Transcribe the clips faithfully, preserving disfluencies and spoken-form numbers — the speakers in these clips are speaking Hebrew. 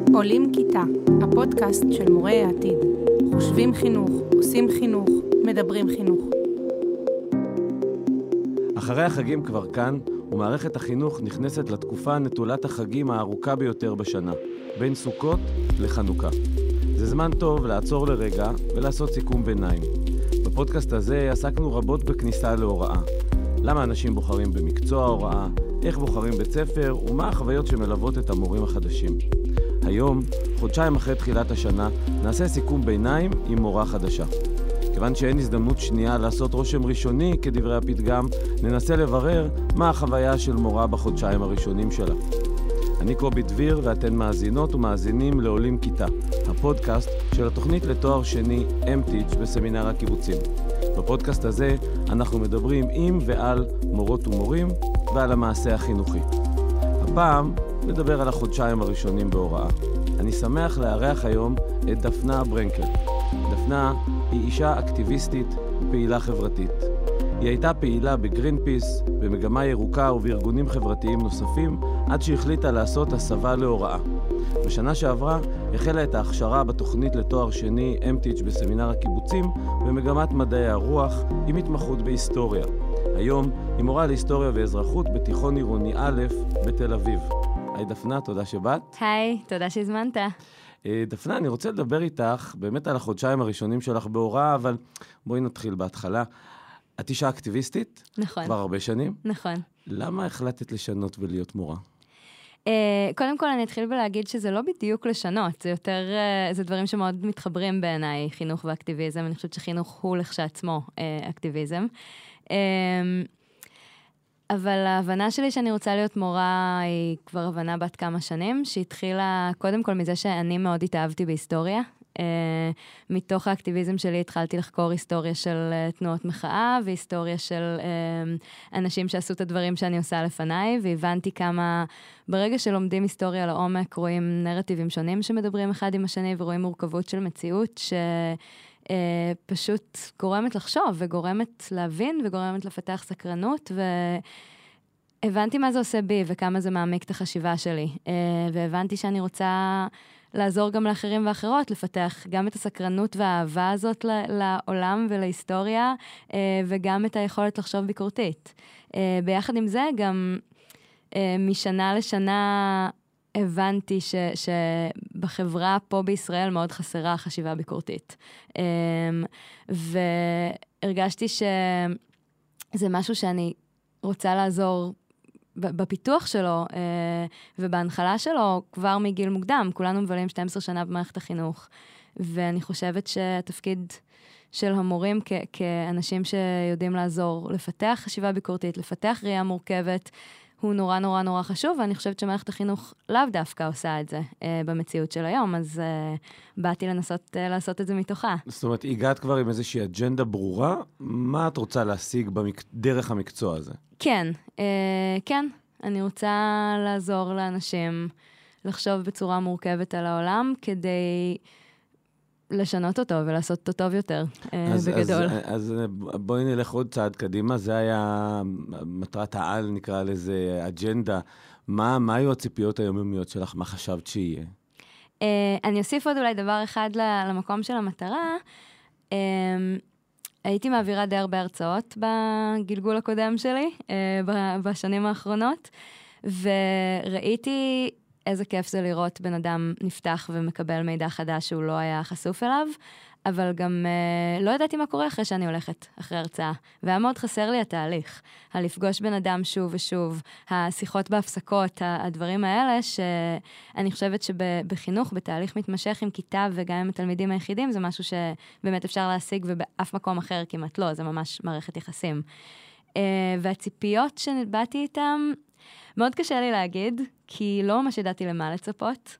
עולים כיתה, הפודקאסט של מורי העתיד. חושבים חינוך, עושים חינוך, מדברים חינוך. אחרי החגים כבר כאן, ומערכת החינוך נכנסת לתקופה נטולת החגים הארוכה ביותר בשנה, בין סוכות לחנוכה. זה זמן טוב לעצור לרגע ולעשות סיכום ביניים. בפודקאסט הזה עסקנו רבות בכניסה להוראה. למה אנשים בוחרים במקצוע ההוראה, איך בוחרים בית ספר, ומה החוויות שמלוות את המורים החדשים. היום, חודשיים אחרי תחילת השנה, נעשה סיכום ביניים עם מורה חדשה. כיוון שאין הזדמנות שנייה לעשות רושם ראשוני כדברי הפתגם, ננסה לברר מה החוויה של מורה בחודשיים הראשונים שלה. אני קובי דביר ואתן מאזינות ומאזינים לעולים כיתה, הפודקאסט של התוכנית לתואר שני M-Teach בסמינר הקיבוצים. בפודקאסט הזה אנחנו מדברים עם ועל מורות ומורים ועל המעשה החינוכי. הפעם נדבר על החודשיים הראשונים בהוראה. אני שמח לארח היום את דפנה ברנקל. דפנה היא אישה אקטיביסטית ופעילה חברתית. היא הייתה פעילה בגרינפיס, במגמה ירוקה ובארגונים חברתיים נוספים, עד שהחליטה לעשות הסבה להוראה. בשנה שעברה החלה את ההכשרה בתוכנית לתואר שני M-Teach בסמינר הקיבוצים במגמת מדעי הרוח עם התמחות בהיסטוריה. היום היא מורה להיסטוריה ואזרחות בתיכון עירוני א' בתל אביב. היי דפנה, תודה שבאת. היי, תודה שהזמנת. דפנה, אני רוצה לדבר איתך באמת על החודשיים הראשונים שלך בהוראה, אבל בואי נתחיל בהתחלה. את אישה אקטיביסטית? נכון. כבר הרבה שנים? נכון. למה החלטת לשנות ולהיות מורה? Uh, קודם כל אני אתחיל בלהגיד שזה לא בדיוק לשנות, זה יותר, uh, זה דברים שמאוד מתחברים בעיניי, חינוך ואקטיביזם. אני חושבת שחינוך הוא לכשעצמו uh, אקטיביזם. Uh, אבל ההבנה שלי שאני רוצה להיות מורה היא כבר הבנה בת כמה שנים, שהתחילה קודם כל מזה שאני מאוד התאהבתי בהיסטוריה. Uh, מתוך האקטיביזם שלי התחלתי לחקור היסטוריה של uh, תנועות מחאה, והיסטוריה של uh, אנשים שעשו את הדברים שאני עושה לפניי, והבנתי כמה ברגע שלומדים היסטוריה לעומק, רואים נרטיבים שונים שמדברים אחד עם השני, ורואים מורכבות של מציאות שפשוט uh, גורמת לחשוב, וגורמת להבין, וגורמת לפתח סקרנות, והבנתי מה זה עושה בי, וכמה זה מעמיק את החשיבה שלי. Uh, והבנתי שאני רוצה לעזור גם לאחרים ואחרות, לפתח גם את הסקרנות והאהבה הזאת לעולם ולהיסטוריה, וגם את היכולת לחשוב ביקורתית. ביחד עם זה, גם משנה לשנה הבנתי ש, שבחברה פה בישראל מאוד חסרה חשיבה ביקורתית. והרגשתי שזה משהו שאני רוצה לעזור בפיתוח שלו ובהנחלה שלו כבר מגיל מוקדם. כולנו מבלים שתים עשרה שנה במערכת החינוך, ואני חושבת שהתפקיד של המורים כ- כאנשים שיודעים לעזור לפתח חשיבה ביקורתית, לפתח ראייה מורכבת, הוא נורא נורא נורא חשוב, ואני חושבת שמערכת החינוך לאו דווקא עושה את זה במציאות של היום, אז באתי לנסות לעשות את זה מתוכה. זאת אומרת, הגעת כבר עם איזושהי אג'נדה ברורה, מה את רוצה להשיג במק... דרך המקצוע הזה? כן, אה, כן. אני רוצה לעזור לאנשים לחשוב בצורה מורכבת על העולם, כדי לשנות אותו ולעשות אותו טוב יותר, אה, אז, בגדול. אז, אז בואי נלך עוד צעד קדימה, זה היה מטרת העל, נקרא לזה אג'נדה. מה, מה היו הציפיות היומיומיות שלך? מה חשבת שיהיה? אה, אני אוסיף עוד אולי דבר אחד למקום של המטרה. אה, הייתי מעבירה די הרבה הרצאות בגלגול הקודם שלי, בשנים האחרונות, וראיתי איזה כיף זה לראות בן אדם נפתח ומקבל מידע חדש שהוא לא היה חשוף אליו, אבל גם לא ידעתי מה קורה אחרי שאני הולכת, אחרי הרצאה. והיה מאוד חסר לי התהליך, הלפגוש בן אדם שוב ושוב, השיחות בהפסקות, הדברים האלה, שאני חושבת שבחינוך, בתהליך מתמשך עם כיתה וגם עם התלמידים היחידים, זה משהו שבאמת אפשר להשיג ובאף מקום אחר כמעט לא, זה ממש מערכת יחסים. והציפיות שנתבעתי איתם, מאוד קשה לי להגיד, כי לא ממש ידעתי למה לצפות.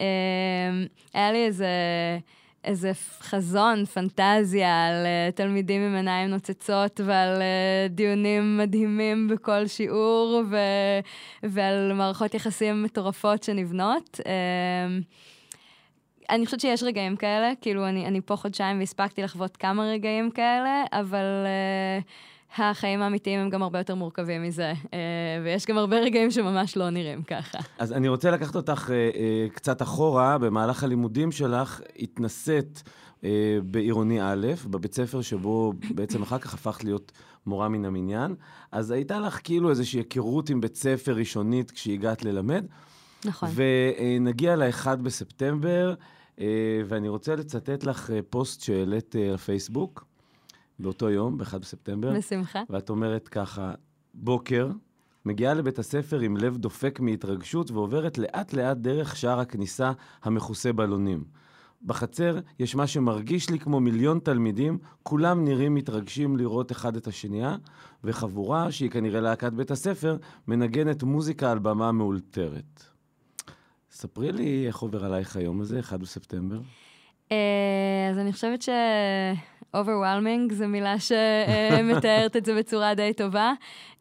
היה לי איזה... איזה חזון, פנטזיה על uh, תלמידים עם עיניים נוצצות ועל uh, דיונים מדהימים בכל שיעור ו- ועל מערכות יחסים מטורפות שנבנות. Uh, אני חושבת שיש רגעים כאלה, כאילו אני, אני פה חודשיים והספקתי לחוות כמה רגעים כאלה, אבל uh, החיים האמיתיים הם גם הרבה יותר מורכבים מזה, ויש גם הרבה רגעים שממש לא נראים ככה. אז אני רוצה לקחת אותך קצת אחורה, במהלך הלימודים שלך, התנסית בעירוני א', בבית ספר שבו בעצם אחר כך הפכת להיות מורה מן המניין, אז הייתה לך כאילו איזושהי היכרות עם בית ספר ראשונית כשהגעת ללמד. נכון. ונגיע ל-אחד בספטמבר, ואני רוצה לצטט לך פוסט שהעלית לפייסבוק, באותו יום, ב-אחד בספטמבר. בשמחה. ואת אומרת ככה, בוקר, מגיעה לבית הספר עם לב דופק מהתרגשות, ועוברת לאט לאט דרך שער הכניסה המכוסה בלונים. בחצר יש מה שמרגיש לי כמו מיליון תלמידים, כולם נראים מתרגשים לראות אחד את השנייה, וחבורה, שהיא כנראה להקת בית הספר, מנגנת מוזיקה על במה מאולתרת. ספרי לי איך עובר עלייך היום הזה, אחד בספטמבר. אז אני חושבת ש... overwhelming זו מילה שמתארת את זה בצורה די טובה.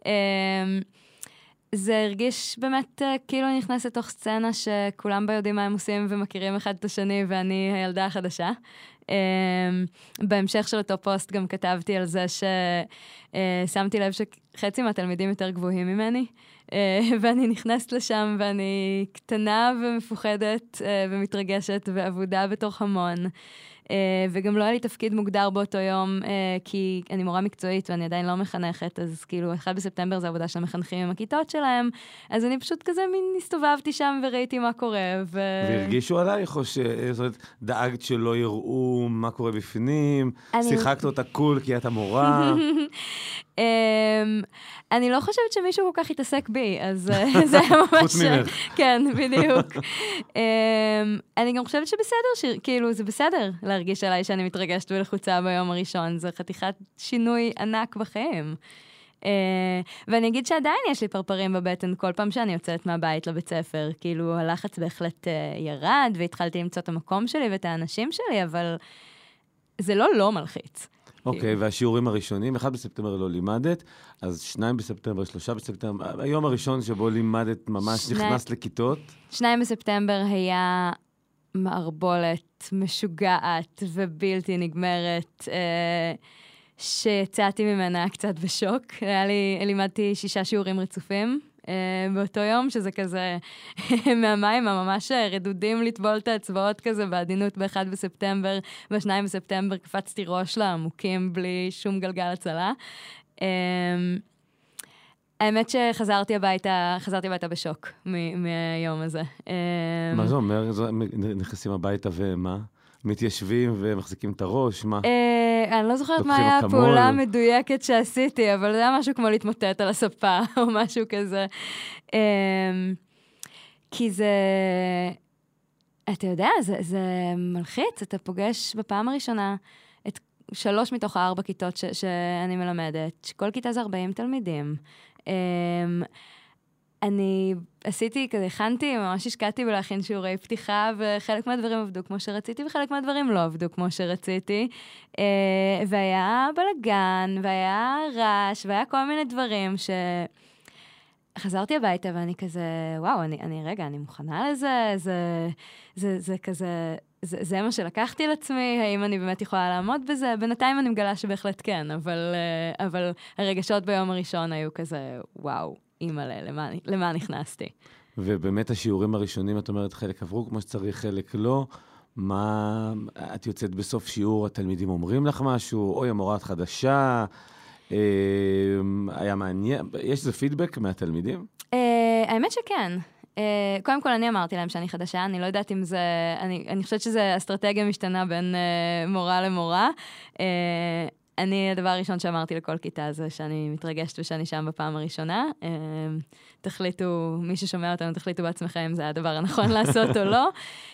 זה הרגיש באמת כאילו נכנס לתוך סצנה שכולם בה יודעים מה הם עושים ומכירים אחד את השני, ואני הילדה החדשה. בהמשך של אותו פוסט גם כתבתי על זה ששמתי לב שחצי מהתלמידים יותר גבוהים ממני, ואני נכנסת לשם ואני קטנה ומפוחדת ומתרגשת ועבודה בתוך המון. וגם לא היה לי תפקיד מוגדר באותו יום, כי אני מורה מקצועית ואני עדיין לא מחנכת, אז כאילו, אחד בספטמבר זה עבודה של המחנכים עם הכיתות שלהם, אז אני פשוט כזה מין הסתובבתי שם וראיתי מה קורה. ו... והרגישו עלייך, או שדאגת שלא יראו מה קורה בפנים, אני... שיחקת אותה קול כי אתה מורה? אני לא חושבת שמישהו כל כך התעסק בי, אז זה היה ממש... חוץ ממך. כן, בדיוק. אני גם חושבת שבסדר, כאילו, זה בסדר להרגיש עליי שאני מתרגשת ולחוצה ביום הראשון, זה חתיכת שינוי ענק בחיים. ואני אגיד שעדיין יש לי פרפרים בבטן כל פעם שאני יוצאת מהבית לבית ספר, כאילו הלחץ בהחלט ירד, והתחלתי למצוא את המקום שלי ואת האנשים שלי, אבל זה לא לא מלחיץ. אוקיי, והשיעורים הראשונים, אחד בספטמבר לא לימדת, אז שניים בספטמבר, שלושה בספטמבר, היום הראשון שבו לימדת ממש נכנס לכיתות. שניים בספטמבר היה מערבולת משוגעת ובלתי נגמרת, שיצאתי ממנה קצת בשוק. היה לי, לימדתי שישה שיעורים רצופים באותו יום, שזה כזה מהמים הממש רדודים לטבול את האצבעות כזה בעדינות באחד בספטמבר, בשניים בספטמבר קפצתי ראש לעמוקים בלי שום גלגל הצלה. האמת שחזרתי הביתה, חזרתי הביתה בשוק מהיום הזה. מה זה אומר? נכנסים הביתה ומה? מתיישבים ומחזיקים את הראש, מה? אני לא זוכרת מה היה הפעולה המדויקת שעשיתי, אבל זה היה משהו כמו להתמוטט על הספה, או משהו כזה. כי זה, אתה יודע, זה מלחיץ, אתה פוגש בפעם הראשונה את שלוש מתוך הארבע כיתות שאני מלמדת, שכל כיתה זה ארבעים תלמידים. אני עשיתי, כזה הכנתי, ממש השקעתי בלהכין שיעורי פתיחה, וחלק מהדברים עבדו כמו שרציתי, וחלק מהדברים לא עבדו כמו שרציתי. והיה בלגן, והיה רעש, והיה כל מיני דברים שחזרתי הביתה, ואני כזה, וואו, אני, אני רגע, אני מוכנה לזה, זה, זה, זה כזה, זה, זה מה שלקחתי לעצמי, האם אני באמת יכולה לעמוד בזה? בינתיים אני מגלה שבהחלט כן, אבל, אבל הרגשות ביום הראשון היו כזה, וואו. אימא'לה, למה, למה נכנסתי. ובאמת השיעורים הראשונים, את אומרת, חלק עברו כמו שצריך, חלק לא. מה, את יוצאת בסוף שיעור, התלמידים אומרים לך משהו, אוי, המורה את חדשה, אה, היה מעניין, יש איזה פידבק מהתלמידים? אה, האמת שכן. אה, קודם כל אני אמרתי להם שאני חדשה, אני לא יודעת אם זה, אני, אני חושבת שזה אסטרטגיה משתנה בין אה, מורה למורה. אה, אני, הדבר הראשון שאמרתי לכל כיתה זה שאני מתרגשת ושאני שם בפעם הראשונה. תחליטו, מי ששומע אותנו, תחליטו בעצמכם אם זה הדבר הנכון לעשות או לא.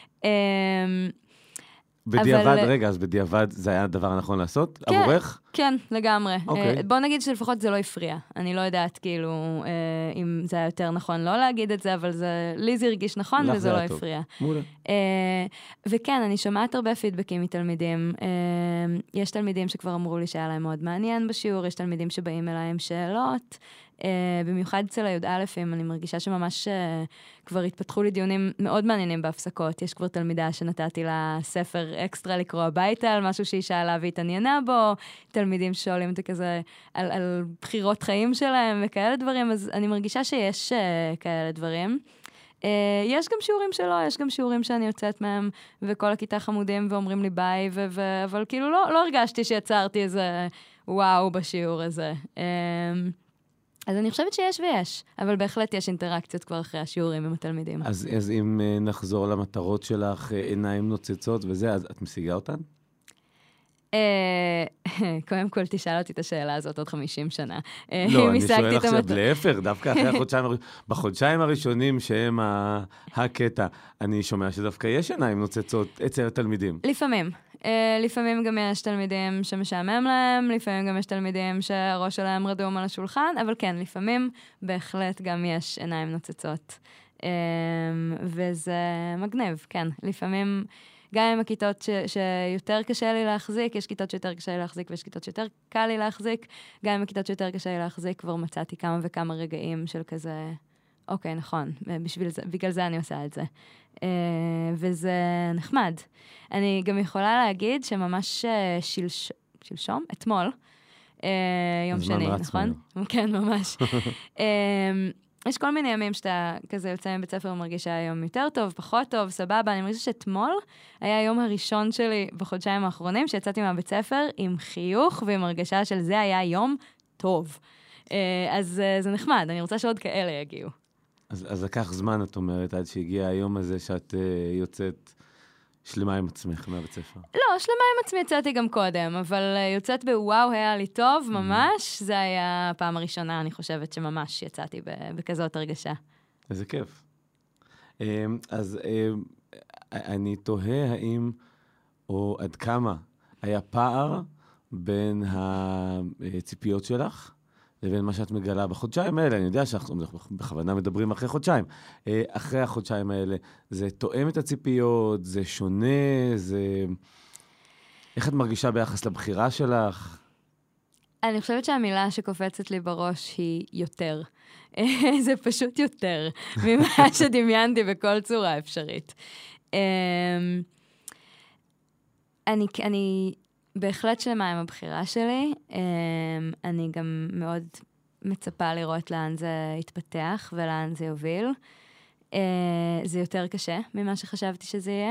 בדיעבד, רגע, אז בדיעבד זה היה הדבר הנכון לעשות? כן, עבורך? כן, לגמרי. אוקיי. בוא נגיד שלפחות זה לא הפריע. אני לא יודעת כאילו אם זה היה יותר נכון לא להגיד את זה, אבל זה, לי זה הרגיש נכון וזה לא הפריע. מעולה. וכן, אני שומעת הרבה פידבקים מתלמידים. יש תלמידים שכבר אמרו לי שהיה להם מאוד מעניין בשיעור, יש תלמידים שבאים אליי עם שאלות. במיוחד אצל הי"א, אני מרגישה שממש כבר התפתחו לי דיונים מאוד מעניינים בהפסקות. יש כבר תלמידה שנתתי לה ספר אקסטרה לקרוא הביתה, על משהו שהיא שאלה והתעניינה בו, תלמידים שואלים את זה כזה על, על בחירות חיים שלהם וכאלה דברים, אז אני מרגישה שיש כאלה דברים. יש גם שיעורים שלא, יש גם שיעורים שאני יוצאת מהם, וכל הכיתה חמודים ואומרים לי ביי, ו- ו- אבל כאילו לא, לא הרגשתי שיצרתי איזה וואו בשיעור הזה. אז אני חושבת שיש ויש, אבל בהחלט יש אינטראקציות כבר אחרי השיעורים עם התלמידים. אז, אז אם נחזור למטרות שלך, עיניים נוצצות וזה, אז את משיגה אותן? קודם כל, תשאל אותי את השאלה הזאת עוד חמישים שנה. לא, אני שואל עכשיו להפך, דווקא אחרי החודשיים, בחודשיים הראשונים שהם הקטע, אני שומע שדווקא יש עיניים נוצצות אצל התלמידים. לפעמים. לפעמים גם יש תלמידים שמשעמם להם, לפעמים גם יש תלמידים שהראש שלהם רדום על השולחן, אבל כן, לפעמים בהחלט גם יש עיניים נוצצות. וזה מגניב, כן. לפעמים... גם עם הכיתות ש, שיותר קשה לי להחזיק, יש כיתות שיותר קשה לי להחזיק, ויש כיתות שיותר קל לי להחזיק, גם עם הכיתות שיותר קשה לי להחזיק, כבר מצאתי כמה וכמה רגעים של כזה, אוקיי, נכון, בשביל זה, בגלל זה אני עושה את זה. וזה נחמד. אני גם יכולה להגיד שממש שלש, שלשום, אתמול, יום שני, נכון? כן, ממש. יש כל מיני ימים שאתה כזה יוצא מבית ספר ומרגיש שהיום יותר טוב, פחות טוב, סבבה. אני מרגישה שאתמול היה היום הראשון שלי בחודשיים האחרונים, שיצאתי מהבית ספר עם חיוך ועם הרגשה של זה היה יום טוב. אז זה נחמד, אני רוצה שעוד כאלה יגיעו. אז, אז לקח זמן, את אומרת, עד שהגיע היום הזה שאת uh, יוצאת שלמה עם עצמך מהבית ספר. לא, שלמה עם עצמי יצאתי גם קודם, אבל uh, יוצאת בוואו, היה לי טוב, ממש. זה היה הפעם הראשונה, אני חושבת שממש יצאתי בכזאת הרגשה. איזה כיף. Um, אז um, אני תוהה האם, או עד כמה, היה פער בין הציפיות שלך, לבין מה שאת מגלה בחודשיים האלה. אני יודע שאנחנו בכוונה מדברים אחרי חודשיים. אחרי החודשיים האלה, זה תואם את הציפיות, זה שונה, זה... איך את מרגישה ביחס לבחירה שלך? אני חושבת שהמילה שקופצת לי בראש היא יותר. זה פשוט יותר, ממה שדמיינתי בכל צורה אפשרית. אני... אני... בהחלט שלמה עם הבחירה שלי, אני גם מאוד מצפה לראות לאן זה יתפתח ולאן זה יוביל. זה יותר קשה ממה שחשבתי שזה יהיה,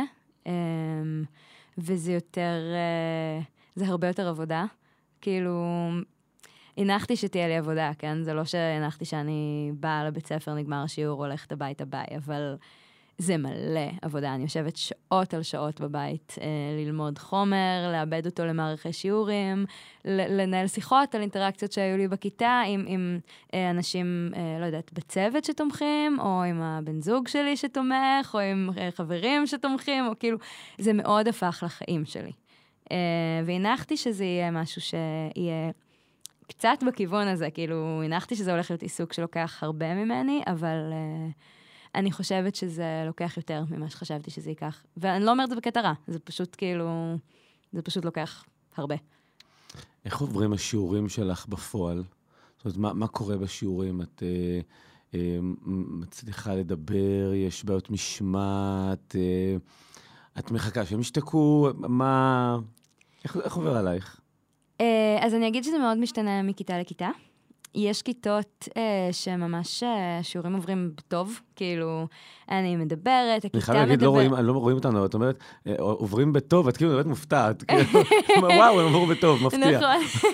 וזה יותר, זה הרבה יותר עבודה. כאילו, הנחתי שתהיה לי עבודה, כן? זה לא שהנחתי שאני באה לבית ספר, נגמר השיעור, הולכת הביתה ביי, אבל... זה מלא עבודה, אני יושבת שעות על שעות בבית, אה, ללמוד חומר, לאבד אותו למערכי שיעורים, לנהל שיחות על אינטראקציות שהיו לי בכיתה, עם, עם אה, אנשים, אה, לא יודעת, בצוות שתומכים, או עם הבן זוג שלי שתומך, או עם אה, חברים שתומכים, או כאילו, זה מאוד הפך לחיים שלי. אה, והנחתי שזה יהיה משהו שיהיה קצת בכיוון הזה, כאילו, הנחתי שזה הולך להיות עיסוק שלוקח הרבה ממני, אבל... אה, אני חושבת שזה לוקח יותר ממה שחשבתי שזה ייקח. ואני לא אומרת זה בקטע רע, זה פשוט כאילו, זה פשוט לוקח הרבה. איך עוברים השיעורים שלך בפועל? זאת אומרת, מה, מה קורה בשיעורים? את אה, אה, מצליחה לדבר, יש בעיות משמעת, אה, את מחכה שהם ישתקו, מה... איך, איך עובר עלייך? אה, אז אני אגיד שזה מאוד משתנה מכיתה לכיתה. יש כיתות אה, שממש השיעורים עוברים בטוב, כאילו, אני מדברת, הכיתה מדברת. אני חייב להגיד, לא רואים, לא רואים אותנו, את אומרת, עוברים בטוב, את כאילו באמת מופתעת, וואו, הם עברו בטוב, מפתיע. נכון.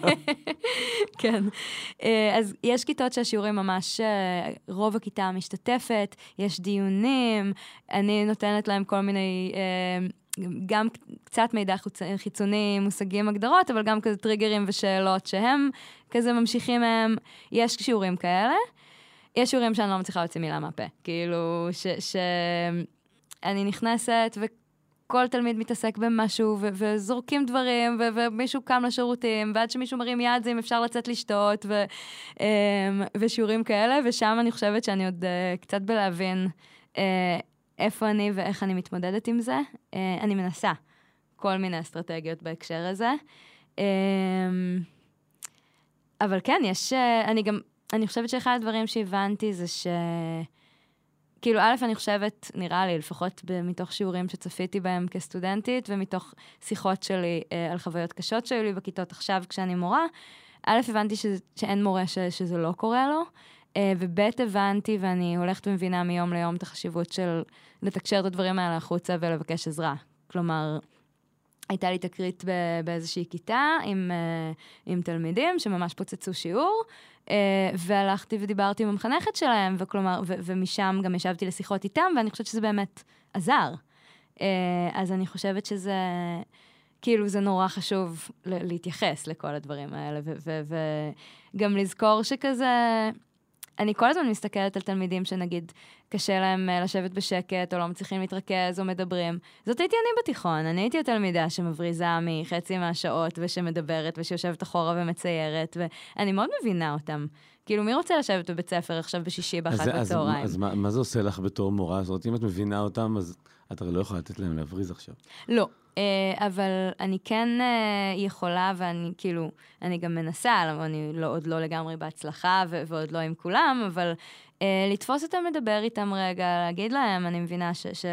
כן. אז יש כיתות שהשיעורים ממש, רוב הכיתה משתתפת, יש דיונים, אני נותנת להם כל מיני... גם קצת מידע חיצוני, מושגים, הגדרות, אבל גם כזה טריגרים ושאלות שהם כזה ממשיכים מהם. יש שיעורים כאלה. יש שיעורים שאני לא מצליחה להוציא מילה מהפה. כאילו, שאני נכנסת וכל תלמיד מתעסק במשהו ו- וזורקים דברים ו- ומישהו קם לשירותים, ועד שמישהו מרים יד זה אם אפשר לצאת לשתות ו- ושיעורים כאלה. ושם אני חושבת שאני עוד קצת בלהבין איפה אני ואיך אני מתמודדת עם זה. Uh, אני מנסה כל מיני אסטרטגיות בהקשר הזה. Uh, אבל כן, יש, uh, אני גם אני חושבת שאחד הדברים שהבנתי זה ש... כאילו, א', אני חושבת, נראה לי, לפחות מתוך שיעורים שצפיתי בהם כסטודנטית, ומתוך שיחות שלי אה, על חוויות קשות שהיו לי בכיתות עכשיו כשאני מורה, א', הבנתי ש... שאין מורה ש... שזה לא קורה לו, אה, וב', הבנתי, ואני הולכת ומבינה מיום ליום את החשיבות של לתקשר את הדברים האלה החוצה ולבקש עזרה. כלומר, הייתה לי תקרית באיזושהי כיתה עם, עם תלמידים שממש פוצצו שיעור, והלכתי ודיברתי עם המחנכת שלהם, וכלומר, ו- ומשם גם ישבתי לשיחות איתם, ואני חושבת שזה באמת עזר. אז אני חושבת שזה, כאילו זה נורא חשוב להתייחס לכל הדברים האלה, וגם לזכור שכזה... אני כל הזמן מסתכלת על תלמידים שנגיד קשה להם לשבת בשקט, או לא מצליחים להתרכז, או מדברים. זאת הייתי אני בתיכון. אני הייתי התלמידה שמבריזה מחצי מהשעות, ושמדברת, ושיושבת אחורה ומציירת, ואני מאוד מבינה אותם. כאילו, מי רוצה לשבת בבית ספר עכשיו בשישי באחת בצהריים? אז, אז מה, מה זה עושה לך בתור מורה? זאת אומרת, אם את מבינה אותם, אז את הרי לא יכולה לתת להם להבריז עכשיו. לא. אבל אני כן יכולה, ואני כאילו, אני גם מנסה, אני לא, עוד לא לגמרי בהצלחה, ו- ועוד לא עם כולם, אבל לתפוס אותם, לדבר איתם רגע, להגיד להם, אני מבינה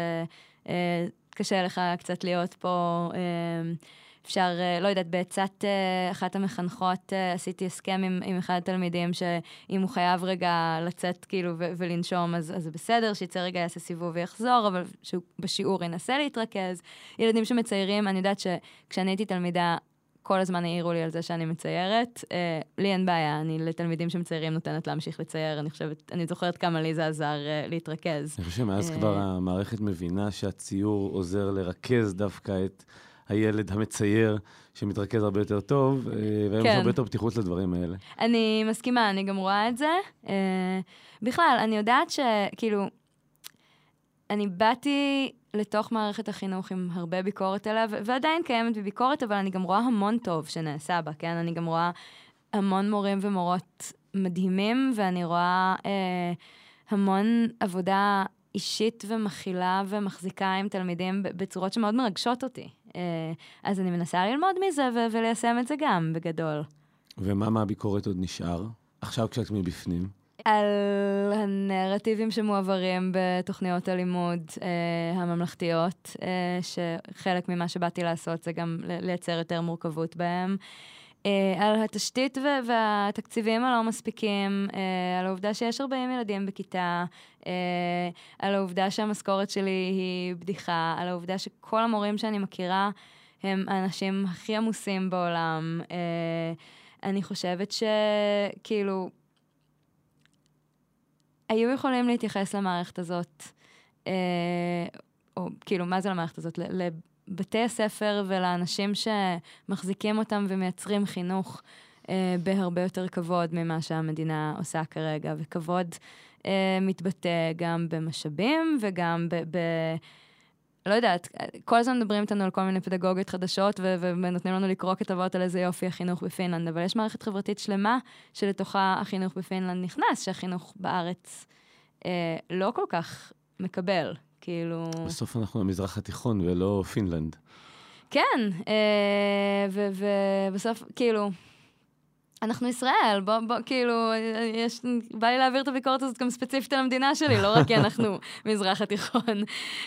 שקשה לך קצת להיות פה, אפשר, לא יודעת, בעצת אחת המחנכות עשיתי הסכם עם, עם אחד התלמידים, שאם הוא חייב רגע לצאת כאילו ו- ולנשום, אז, אז זה בסדר, שיצא רגע יעשה סיבוב ויחזור, אבל שהוא בשיעור ינסה להתרכז. ילדים שמציירים, אני יודעת שכשאני הייתי תלמידה, כל הזמן העירו לי על זה שאני מציירת. אה, לי אין בעיה, אני לתלמידים שמציירים נותנת להמשיך לצייר, אני חושבת, אני זוכרת כמה לי זה עזר אה, להתרכז. אני חושב שמאז אה... כבר המערכת מבינה שהציור עוזר לרכז דווקא את הילד המצייר, שמתרכז הרבה יותר טוב, והיום יש הרבה יותר פתיחות לדברים האלה. אני מסכימה, אני גם רואה את זה. בכלל, אני יודעת שכאילו, אני באתי לתוך מערכת החינוך עם הרבה ביקורת עליה, ועדיין קיימת בביקורת, אבל אני גם רואה המון טוב שנעשה בה, כן? אני גם רואה המון מורים ומורות מדהימים, ואני רואה המון עבודה אישית ומכילה ומחזיקה עם תלמידים בצורות שמאוד מרגשות אותי. אז אני מנסה ללמוד מזה ו- וליישם את זה גם, בגדול. ומה מהביקורת עוד נשאר? עכשיו כשאת מבפנים? על הנרטיבים שמועברים בתוכניות הלימוד אה, הממלכתיות, אה, שחלק ממה שבאתי לעשות זה גם לייצר יותר מורכבות בהם. Uh, על התשתית ו- והתקציבים הלא מספיקים, uh, על העובדה שיש ארבעים ילדים בכיתה, uh, על העובדה שהמשכורת שלי היא בדיחה, על העובדה שכל המורים שאני מכירה הם האנשים הכי עמוסים בעולם. Uh, אני חושבת שכאילו, היו יכולים להתייחס למערכת הזאת, uh, או כאילו, מה זה למערכת הזאת? ל- בתי הספר ולאנשים שמחזיקים אותם ומייצרים חינוך אה, בהרבה יותר כבוד ממה שהמדינה עושה כרגע, וכבוד אה, מתבטא גם במשאבים וגם ב... ב לא יודעת, כל הזמן מדברים איתנו על כל מיני פדגוגיות חדשות ו- ונותנים לנו לקרוא כתבות על איזה יופי החינוך בפינלנד, אבל יש מערכת חברתית שלמה שלתוכה החינוך בפינלנד נכנס, שהחינוך בארץ אה, לא כל כך מקבל. כאילו... בסוף אנחנו המזרח התיכון ולא פינלנד. כן, ובסוף, כאילו, אנחנו ישראל, בוא, בוא, כאילו, יש, בא לי להעביר את הביקורת הזאת גם ספציפית על המדינה שלי, לא רק כי אנחנו מזרח התיכון.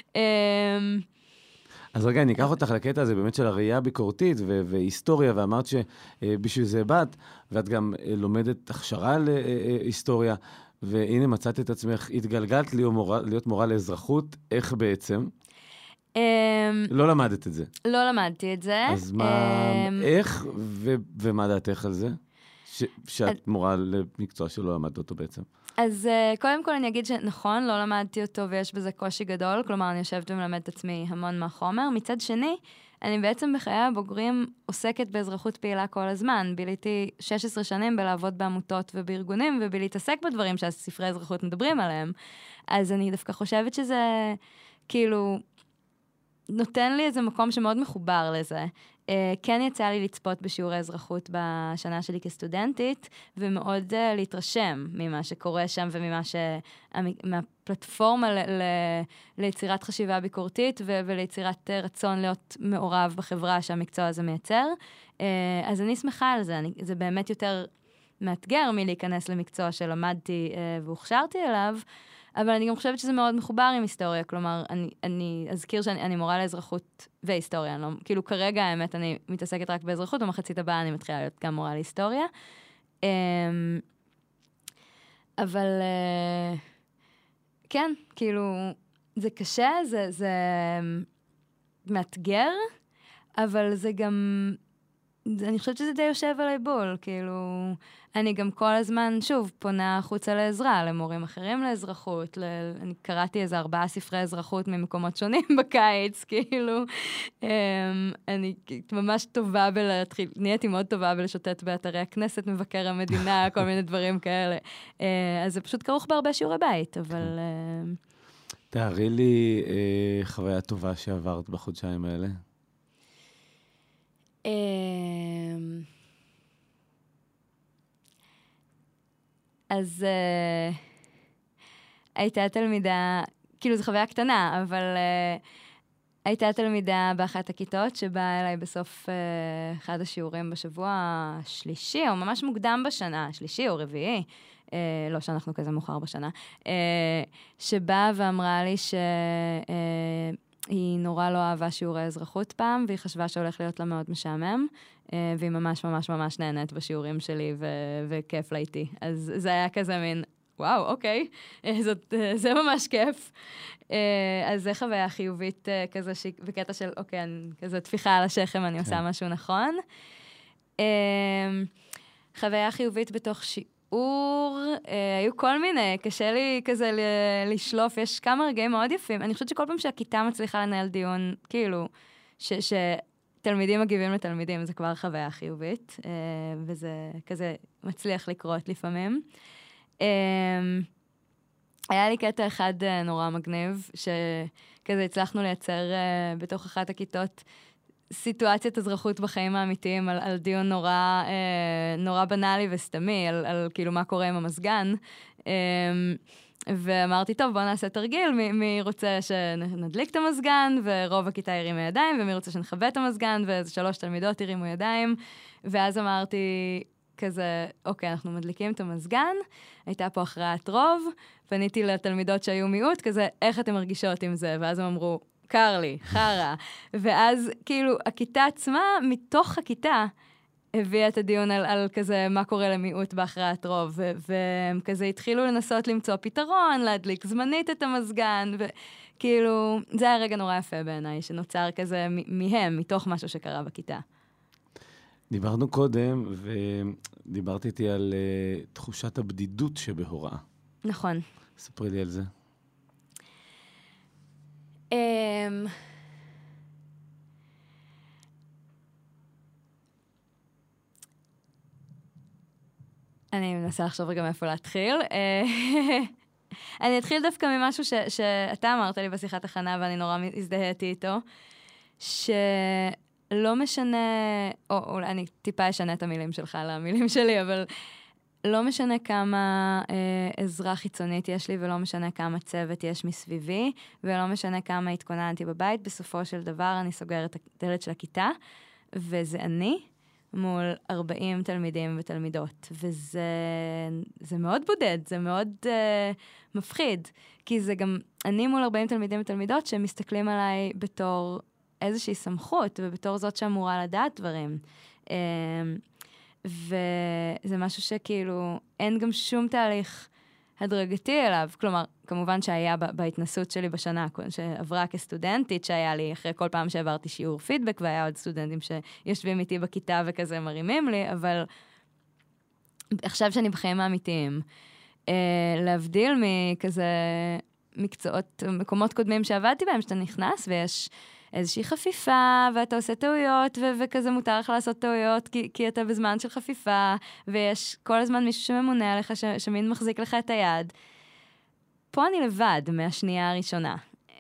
אז רגע, אני אקח אותך לקטע הזה באמת של הראייה הביקורתית והיסטוריה, ואמרת שבשביל זה באת, ואת גם לומדת הכשרה להיסטוריה, והנה מצאת את עצמך, התגלגלת להיות מורה, להיות מורה לאזרחות, איך בעצם? לא למדת את זה. לא למדתי את זה. אז מה, איך ומה דעתך על זה? שאת מורה למקצוע שלא למדת אותו בעצם. אז קודם כל אני אגיד שנכון, לא למדתי אותו ויש בזה קושי גדול, כלומר אני יושבת ומלמדת את עצמי המון מהחומר. מצד שני, אני בעצם בחיי הבוגרים עוסקת באזרחות פעילה כל הזמן. ביליתי שש עשרה שנים בלעבוד בעמותות ובארגונים, ובלהתעסק בדברים שהספרי אזרחות מדברים עליהם. אז אני דווקא חושבת שזה, כאילו, נותן לי איזה מקום שמאוד מחובר לזה. Uh, כן יצא לי לצפות בשיעורי אזרחות בשנה שלי כסטודנטית, ומאוד uh, להתרשם ממה שקורה שם, וממה ש... מהפלטפורמה ל... ל... ליצירת חשיבה ביקורתית, ו... וליצירת uh, רצון להיות מעורב בחברה שהמקצוע הזה מייצר. Uh, אז אני שמחה על זה, אני... זה באמת יותר מאתגר מלהיכנס למקצוע שלמדתי והוכשרתי אליו, אבל אני גם חושבת שזה מאוד מחובר עם היסטוריה, כלומר, אני, אני אזכיר שאני מורה לאזרחות והיסטוריה, לא, כאילו כרגע האמת אני מתעסקת רק באזרחות, במחצית הבאה אני מתחילה להיות גם מורה להיסטוריה. אבל כן, כאילו, זה קשה, זה, זה מאתגר, אבל זה גם, אני חושבת שזה די יושב עליי בול, כאילו, אני גם כל הזמן, שוב, פונה חוצה לעזרה, למורים אחרים לאזרחות, ל... אני קראתי איזה ארבעה ספרי אזרחות ממקומות שונים בקיץ, כאילו, אני ממש טובה בלהתחיל, נהייתי מאוד טובה בלשוטט באתרי הכנסת, מבקר המדינה, כל מיני דברים כאלה. אז זה פשוט כרוך בהרבה שיעורי בית, אבל... תארי לי חוויה טובה שעברת בחודשיים האלה. אז uh, הייתה תלמידה, כאילו זו חוויה קטנה, אבל uh, הייתה תלמידה באחת הכיתות שבאה אליי בסוף uh, אחד השיעורים בשבוע השלישי, או ממש מוקדם בשנה, שלישי או רביעי, uh, לא שאנחנו כזה מאוחר בשנה, uh, שבאה ואמרה לי ש... Uh, היא נורא לא אהבה שיעורי אזרחות פעם, והיא חשבה שהולך להיות לה מאוד משעמם, והיא ממש ממש ממש נהנית בשיעורים שלי, ו- וכיף לה איתי. אז זה היה כזה מין, וואו, אוקיי, זאת, זה ממש כיף. אז זה חוויה חיובית כזה, ש... בקטע של, אוקיי, אני, כזה תפיחה על השכם, אני עושה משהו נכון. חוויה חיובית בתוך שיעור, אור, אה, היו כל מיני, קשה לי כזה ל- לשלוף, יש כמה רגעים מאוד יפים. אני חושבת שכל פעם שהכיתה מצליחה לנהל דיון, כאילו, ש- שתלמידים מגיבים לתלמידים, זה כבר חוויה חיובית, אה, וזה כזה מצליח לקרות לפעמים. אה, היה לי קטע אחד אה, נורא מגניב, שכזה הצלחנו לייצר אה, בתוך אחת הכיתות, סיטואציית אזרחות בחיים האמיתיים, על, על דיון נורא, אה, נורא בנאלי וסתמי, על, על כאילו מה קורה עם המסגן. אה, ואמרתי, טוב, בוא נעשה תרגיל, מי, מי רוצה שנדליק את המסגן, ורוב הכיתה הרימו ידיים, ומי רוצה שנחבא את המסגן, ואיזה שלוש תלמידות הרימו ידיים. ואז אמרתי כזה, אוקיי, אנחנו מדליקים את המסגן, הייתה פה הכרעת רוב, פניתי לתלמידות שהיו מיעוט, כזה, איך אתם מרגישות עם זה? ואז הם אמרו, קר לי, חרה. ואז כאילו הכיתה עצמה, מתוך הכיתה, הביאה את הדיון על, על כזה מה קורה למיעוט בהכרעת רוב, והם כזה התחילו לנסות למצוא פתרון, להדליק זמנית את המסגן, וכאילו, זה היה רגע נורא יפה בעיניי, שנוצר כזה מהם, מתוך משהו שקרה בכיתה. דיברנו קודם, ודיברתי איתי על uh, תחושת הבדידות שבהוראה. נכון. ספרי לי על זה. Um, אני מנסה לחשוב רגע מאיפה להתחיל. אני אתחיל דווקא ממשהו ש, שאתה אמרת לי בשיחת הכנה, ואני נורא הזדהיתי איתו, שלא משנה, או, או אני טיפה אשנה את המילים שלך למילים שלי, אבל לא משנה כמה אה, עזרה חיצונית יש לי, ולא משנה כמה צוות יש מסביבי, ולא משנה כמה התכוננתי בבית, בסופו של דבר אני סוגרת את הדלת של הכיתה, וזה אני מול ארבעים תלמידים ותלמידות, וזה זה מאוד בודד, זה מאוד אה, מפחיד, כי זה גם אני מול ארבעים תלמידים ותלמידות שמסתכלים עליי בתור איזושהי סמכות, ובתור זאת שאמורה לדעת דברים. אה, וזה משהו שכאילו אין גם שום תהליך הדרגתי אליו, כלומר, כמובן שהיה בהתנסות שלי בשנה, שעברה כסטודנטית, שהיה לי אחרי כל פעם שעברתי שיעור פידבק, והיה עוד סטודנטים שיושבים איתי בכיתה וכזה מרימים לי, אבל עכשיו שאני בחיים האמיתיים, להבדיל מכזה מקצועות, מקומות קודמים שעבדתי בהם, שאתה נכנס ויש איזושהי חפיפה, ואתה עושה טעויות, ו- וכזה מותר לך לעשות טעויות, כי, כי אתה בזמן של חפיפה, ויש כל הזמן מישהו שממונה עליך, ש- שמין מחזיק לך את היד. פה אני לבד מהשנייה הראשונה.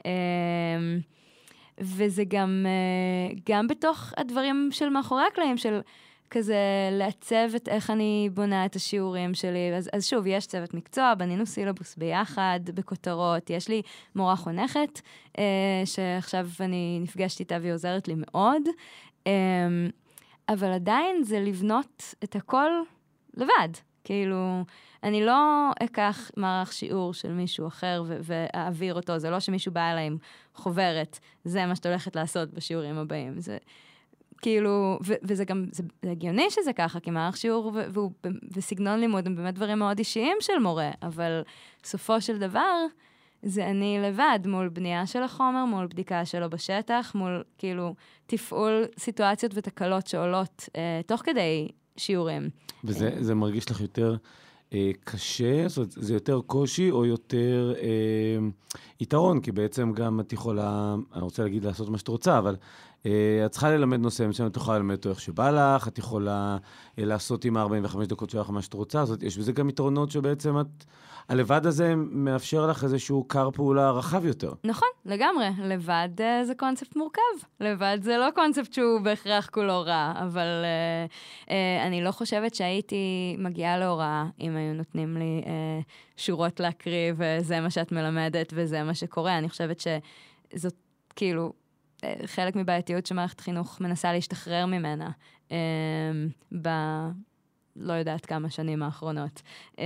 וזה גם, גם בתוך הדברים של מאחורי הקלעים, של כזה לעצב את איך אני בונה את השיעורים שלי. אז, אז שוב, יש צוות מקצוע, בנינו סילבוס ביחד, בכותרות. יש לי מורה חונכת, אה, שעכשיו אני נפגשת איתה והיא עוזרת לי מאוד. אה, אבל עדיין זה לבנות את הכל לבד. כאילו, אני לא אקח מערך שיעור של מישהו אחר ו- ואעביר אותו. זה לא שמישהו בא אליי עם חוברת, זה מה שאת הולכת לעשות בשיעורים הבאים. זה כאילו, ו- וזה גם, זה, זה הגיוני שזה ככה, כי מערך שיעור ו- והוא, וסגנון לימוד הם באמת דברים מאוד אישיים של מורה, אבל סופו של דבר, זה אני לבד מול בנייה של החומר, מול בדיקה שלו בשטח, מול כאילו תפעול סיטואציות ותקלות שעולות אה, תוך כדי שיעורים. וזה זה מרגיש לך יותר אה, קשה? זאת אומרת, זה יותר קושי או יותר אה, יתרון? כי בעצם גם את יכולה, אני רוצה להגיד לעשות מה שאת רוצה, אבל אה, את צריכה ללמד נושא מסוים, את יכולה ללמד אותו איך שבא לך, את יכולה אה, לעשות עם ארבעים וחמש דקות שלך מה שאת רוצה, זאת יש בזה גם יתרונות שבעצם את... הלבד הזה מאפשר לך איזשהו קר פעולה רחב יותר. נכון, לגמרי. לבד uh, זה קונספט מורכב. לבד זה לא קונספט שהוא בהכרח כולו רע, אבל uh, uh, אני לא חושבת שהייתי מגיעה להוראה אם היו נותנים לי uh, שורות להקריא, וזה מה שאת מלמדת וזה מה שקורה. אני חושבת שזאת כאילו uh, חלק מבעייתיות שמערכת חינוך מנסה להשתחרר ממנה uh, ב... לא יודעת כמה שנים האחרונות. Uh,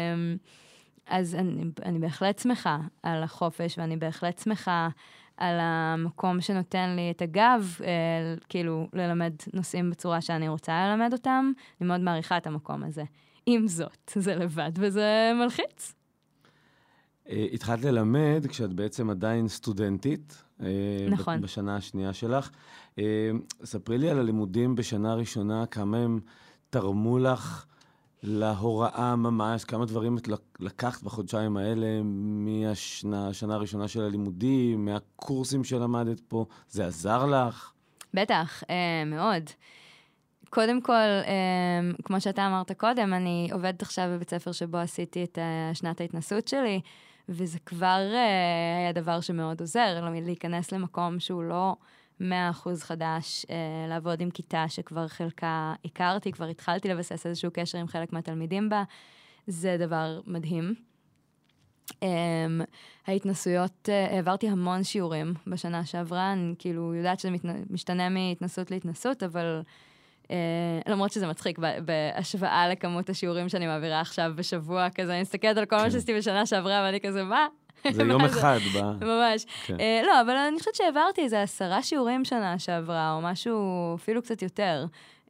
אז אני, אני בהחלט שמחה על החופש, ואני בהחלט שמחה על המקום שנותן לי את הגב, אה, כאילו, ללמד נושאים בצורה שאני רוצה ללמד אותם. אני מאוד מעריכה את המקום הזה. עם זאת, זה לבד, וזה מלחיץ. אה, התחלת ללמד כשאת בעצם עדיין סטודנטית. אה, נכון. בשנה השנייה שלך. אה, ספרי לי על הלימודים בשנה הראשונה, כמה הם תרמו לך, להוראה ממש, כמה דברים את לקחת בחודשיים האלה, מהשנה השנה הראשונה של הלימודים, מהקורסים שלמדת פה, זה עזר לך? בטח, אה, מאוד. קודם כל, אה, כמו שאתה אמרת קודם, אני עובדת עכשיו בבית ספר שבו עשיתי את אה, שנת ההתנסות שלי, וזה כבר אה, היה דבר שמאוד עוזר, להיכנס למקום שהוא לא מאה אחוז חדש, אה, לעבוד עם כיתה שכבר חלקה הכרתי, כבר התחלתי לבסס איזשהו קשר עם חלק מהתלמידים בה, זה דבר מדהים. אה, ההתנסויות, אה, העברתי המון שיעורים בשנה שעברה, אני כאילו יודעת שזה מת, משתנה מהתנסות להתנסות, אבל אה, למרות שזה מצחיק, בהשוואה לכמות השיעורים שאני מעבירה עכשיו בשבוע, כזה אני מסתכלת על כל מה שעשיתי בשנה שעברה, ואני כזה, מה? זה יום אחד. ממש. לא, אבל אני חושבת שהעברתי איזה עשרה שיעורים שנה שעברה, או משהו אפילו קצת יותר.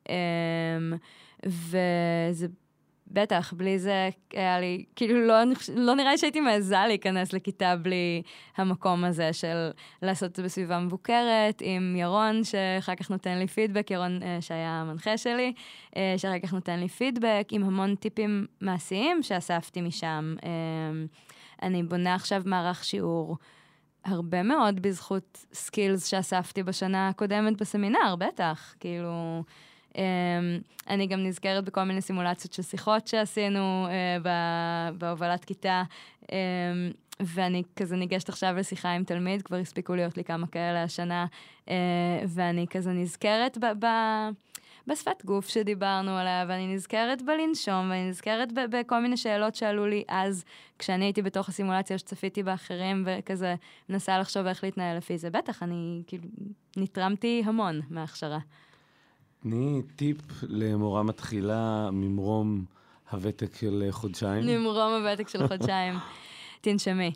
וזה בטח, בלי זה היה לי, כאילו לא נראה לי שהייתי מעזה להיכנס לכיתה בלי המקום הזה של לעשות את זה בסביבה מבוקרת, עם ירון שאחר כך נותן לי פידבק, ירון שהיה המנחה שלי, שאחר כך נותן לי פידבק, עם המון טיפים מעשיים שאספתי משם. אני בונה עכשיו מערך שיעור הרבה מאוד בזכות סקילס שאספתי בשנה הקודמת בסמינר, בטח. כאילו, אני גם נזכרת בכל מיני סימולציות של שיחות שעשינו בהובלת כיתה, ואני כזה ניגשת עכשיו לשיחה עם תלמיד, כבר הספיקו להיות לי כמה כאלה השנה, ואני כזה נזכרת ב... בשפת גוף שדיברנו עליה, ואני נזכרת בלנשום, ואני נזכרת ב- בכל מיני שאלות שעלו לי אז, כשאני הייתי בתוך הסימולציה שצפיתי באחרים, וכזה מנסה לחשוב איך להתנהל לפי זה. בטח, אני כאילו נתרמתי המון מההכשרה. תני טיפ למורה מתחילה ממרום הוותק של חודשיים. ממרום הוותק של חודשיים. תנשמי.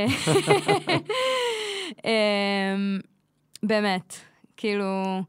באמת, כאילו...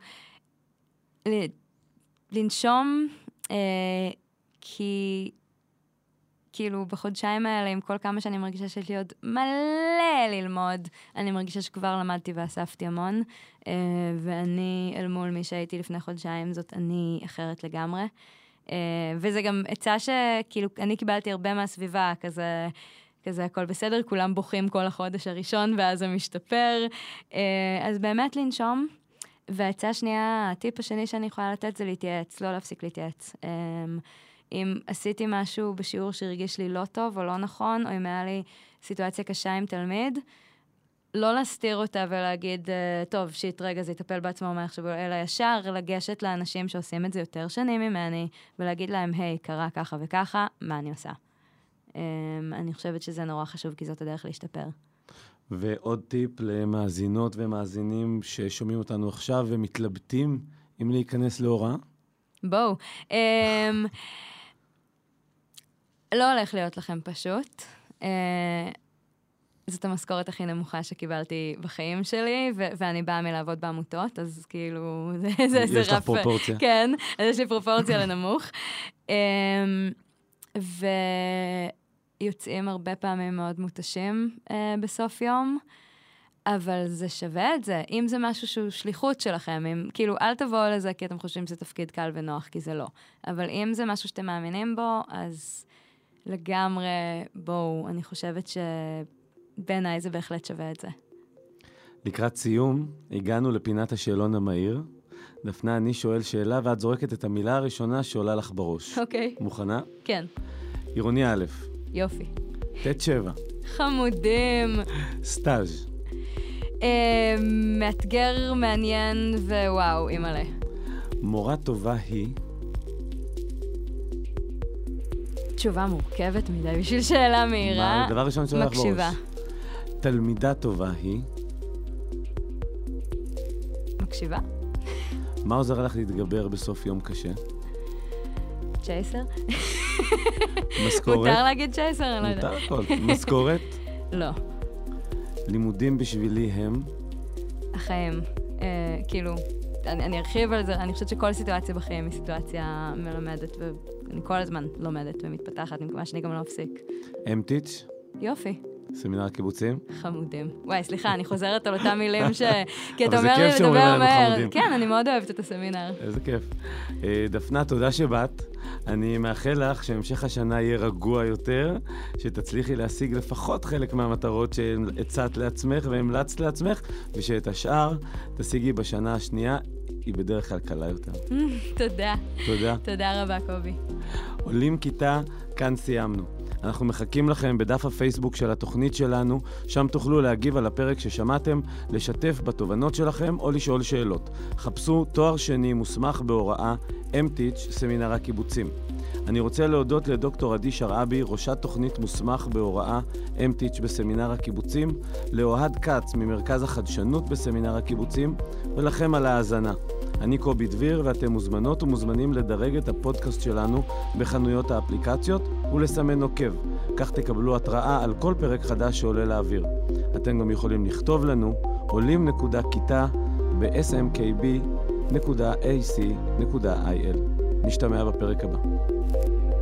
לנשום, אה, כי כאילו בחודשיים האלה, עם כל כמה שאני מרגישה שיש לי עוד מלא ללמוד, אני מרגישה שכבר למדתי ואספתי המון, אה, ואני אל מול מי שהייתי לפני חודשיים, זאת אני אחרת לגמרי. אה, וזה גם עצה שכאילו אני קיבלתי הרבה מהסביבה, כזה... כזה הכל בסדר, כולם בוכים כל החודש הראשון, ואז זה משתפר. אה, אז באמת לנשום, וההצעה השנייה, הטיפ השני שאני יכולה לתת זה להתייעץ, לא להפסיק להתייעץ. אם עשיתי משהו בשיעור שהרגיש לי לא טוב או לא נכון, או אם היה לי סיטואציה קשה עם תלמיד, לא להסתיר אותה ולהגיד, טוב, שיט רגע, זה יטפל בעצמו מעכשיו, אלא ישר לגשת לאנשים שעושים את זה יותר שנים ממני, ולהגיד להם, היי, קרה ככה וככה, מה אני עושה? אני חושבת שזה נורא חשוב, כי זאת הדרך להשתפר. ועוד טיפ למאזינות ומאזינים ששומעים אותנו עכשיו ומתלבטים אם להיכנס להוראה? בואו. לא הולך להיות לכם פשוט. זאת המשכורת הכי נמוכה שקיבלתי בחיים שלי, ו- ואני באה מלעבוד בעמותות, אז כאילו, זה, זה, זה יש רף... לך פרופורציה. כן, אז יש לי פרופורציה לנמוך. ויוצאים הרבה פעמים מאוד מותשים בסוף יום, אבל זה שווה את זה. אם זה משהו שהוא שליחות שלכם, אם, כאילו, אל תבואו לזה כי אתם חושבים שזה תפקיד קל ונוח, כי זה לא. אבל אם זה משהו שאתם מאמינים בו, אז לגמרי, בואו, אני חושבת ש... בעיניי זה בהחלט שווה את זה. לקראת סיום, הגענו לפינת השאלון המהיר. דפנה, אני שואל שאלה, ואת זורקת את המילה הראשונה שעולה לך בראש. אוקיי. מוכנה? כן. עירוני א'. יופי. תת שבע. חמודים. סטאז'. אה, מאתגר, מעניין ווואו, אימא'לה. מורה טובה היא... תשובה מורכבת מדי בשביל שאלה מהירה. מה, דבר ראשון שעולה לך בראש. מקשיבה. תלמידה טובה היא... מקשיבה. מה עוזר לך להתגבר בסוף יום קשה? צ'ייסר? משכורת? מותר להגיד צ'ייסר? אני לא יודעת. מותר הכל. משכורת? לא. לימודים בשבילי הם? החיים. אה, כאילו, אני, אני ארחיב על זה. אני חושבת שכל סיטואציה בחיים היא סיטואציה מלמדת, ואני כל הזמן לומדת ומתפתחת. אני מקווה שאני גם לא אפסיק. אמטיץ'? יופי. סמינר הקיבוצים? חמודים. וואי, סליחה, אני חוזרת על אותם מילים ש... כי אתה אבל זה אומר לי כיף שאומרים לדבר עלינו מהר. חמודים. כן, אני מאוד אוהבת את הסמינר. איזה כיף. אה, דפנה, תודה שבאת. אני מאחל לך שהמשך השנה יהיה רגוע יותר, שתצליחי להשיג לפחות חלק מהמטרות שהצעת לעצמך והמלצת לעצמך, ושאת השאר תשיגי בשנה השנייה, היא בדרך כלל קלה יותר. תודה. תודה. תודה רבה, קובי. עולים כיתה, כאן סיימנו. אנחנו מחכים לכם בדף הפייסבוק של התוכנית שלנו, שם תוכלו להגיב על הפרק ששמעתם, לשתף בתובנות שלכם או לשאול שאלות. חפשו תואר שני מוסמך בהוראה, אמטיץ' סמינר הקיבוצים. אני רוצה להודות לדוקטור עדי שרעבי, ראשת תוכנית מוסמך בהוראה, אמטיץ' בסמינר הקיבוצים, לאוהד קץ ממרכז החדשנות בסמינר הקיבוצים, ולכם על ההאזנה. אני קובי דביר, ואתם מוזמנות ומוזמנים לדרג את הפודקאסט שלנו בחנויות האפליקציות ולסמן עוקב. כך תקבלו התראה על כל פרק חדש שעולה לאוויר. אתם גם יכולים לכתוב לנו עולים נקודה כיתה ב-אס אם קיי בי נקודה איי סי נקודה איי אל. נשתמע בפרק הבא.